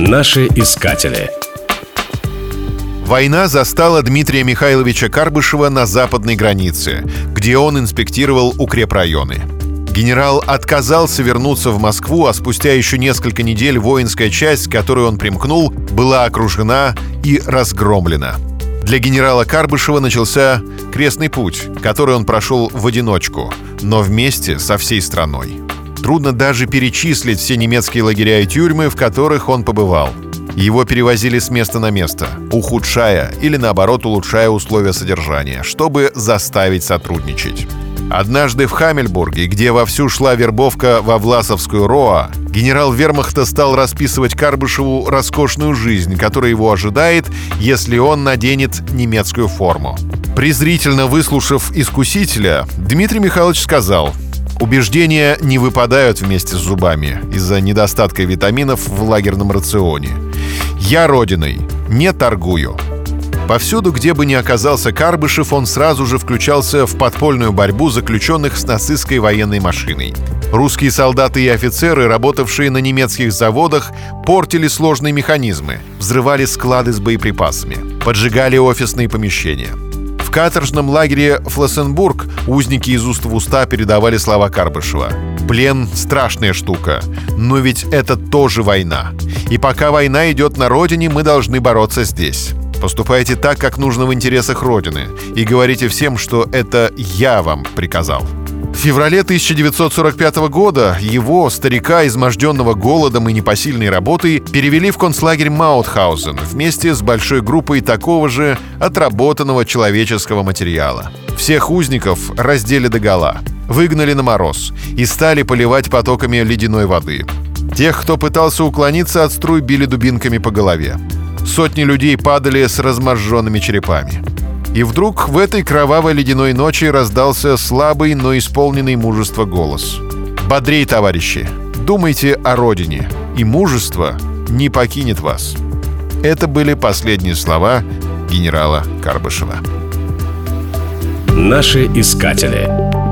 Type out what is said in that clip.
Наши искатели. Война застала Дмитрия Михайловича Карбышева на западной границе, где он инспектировал укрепрайоны. Генерал отказался вернуться в Москву, а спустя еще несколько недель воинская часть, к которой он примкнул, была окружена и разгромлена. Для генерала Карбышева начался крестный путь, который он прошел в одиночку, но вместе со всей страной. Трудно даже перечислить все немецкие лагеря и тюрьмы, в которых он побывал. Его перевозили с места на место, ухудшая или, наоборот, улучшая условия содержания, чтобы заставить сотрудничать. Однажды в Хамельбурге, где вовсю шла вербовка во Власовскую РОА, генерал вермахта стал расписывать Карбышеву роскошную жизнь, которая его ожидает, если он наденет немецкую форму. Презрительно выслушав искусителя, Дмитрий Михайлович сказал: «Убеждения не выпадают вместе с зубами из-за недостатка витаминов в лагерном рационе. Я Родиной не торгую». Повсюду, где бы ни оказался Карбышев, он сразу же включался в подпольную борьбу заключенных с нацистской военной машиной. Русские солдаты и офицеры, работавшие на немецких заводах, портили сложные механизмы, взрывали склады с боеприпасами, поджигали офисные помещения. В каторжном лагере Флоссенбург узники из уст в уста передавали слова Карбышева: «Плен — страшная штука, но ведь это тоже война. И пока война идет на родине, мы должны бороться здесь. Поступайте так, как нужно в интересах Родины, и говорите всем, что это я вам приказал». В феврале 1945 года его, старика, изможденного голодом и непосильной работой, перевели в концлагерь Маутхаузен вместе с большой группой такого же отработанного человеческого материала. Всех узников раздели догола, выгнали на мороз и стали поливать потоками ледяной воды. Тех, кто пытался уклониться от струй, били дубинками по голове. Сотни людей падали с разможженными черепами. И вдруг в этой кровавой ледяной ночи раздался слабый, но исполненный мужества голос: «Бодрей, товарищи! Думайте о родине, и мужество не покинет вас». Это были последние слова генерала Карбышева. Наши искатели.